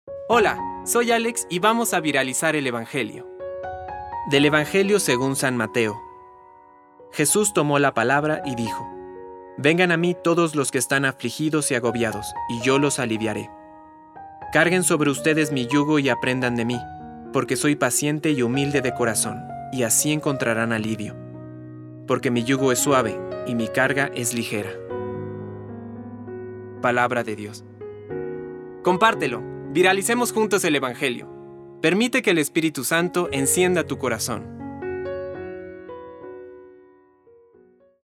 Hola, soy Alex y vamos a viralizar el Evangelio. Del Evangelio según San Mateo. Jesús tomó la palabra y dijo: Vengan a mí todos los que están afligidos y agobiados, y yo los aliviaré. Carguen sobre ustedes mi yugo y aprendan de mí, porque soy paciente y humilde de corazón, y así encontrarán alivio. Porque mi yugo es suave y mi carga es ligera. Palabra de Dios. Compártelo, viralicemos juntos el Evangelio. Permite que el Espíritu Santo encienda tu corazón.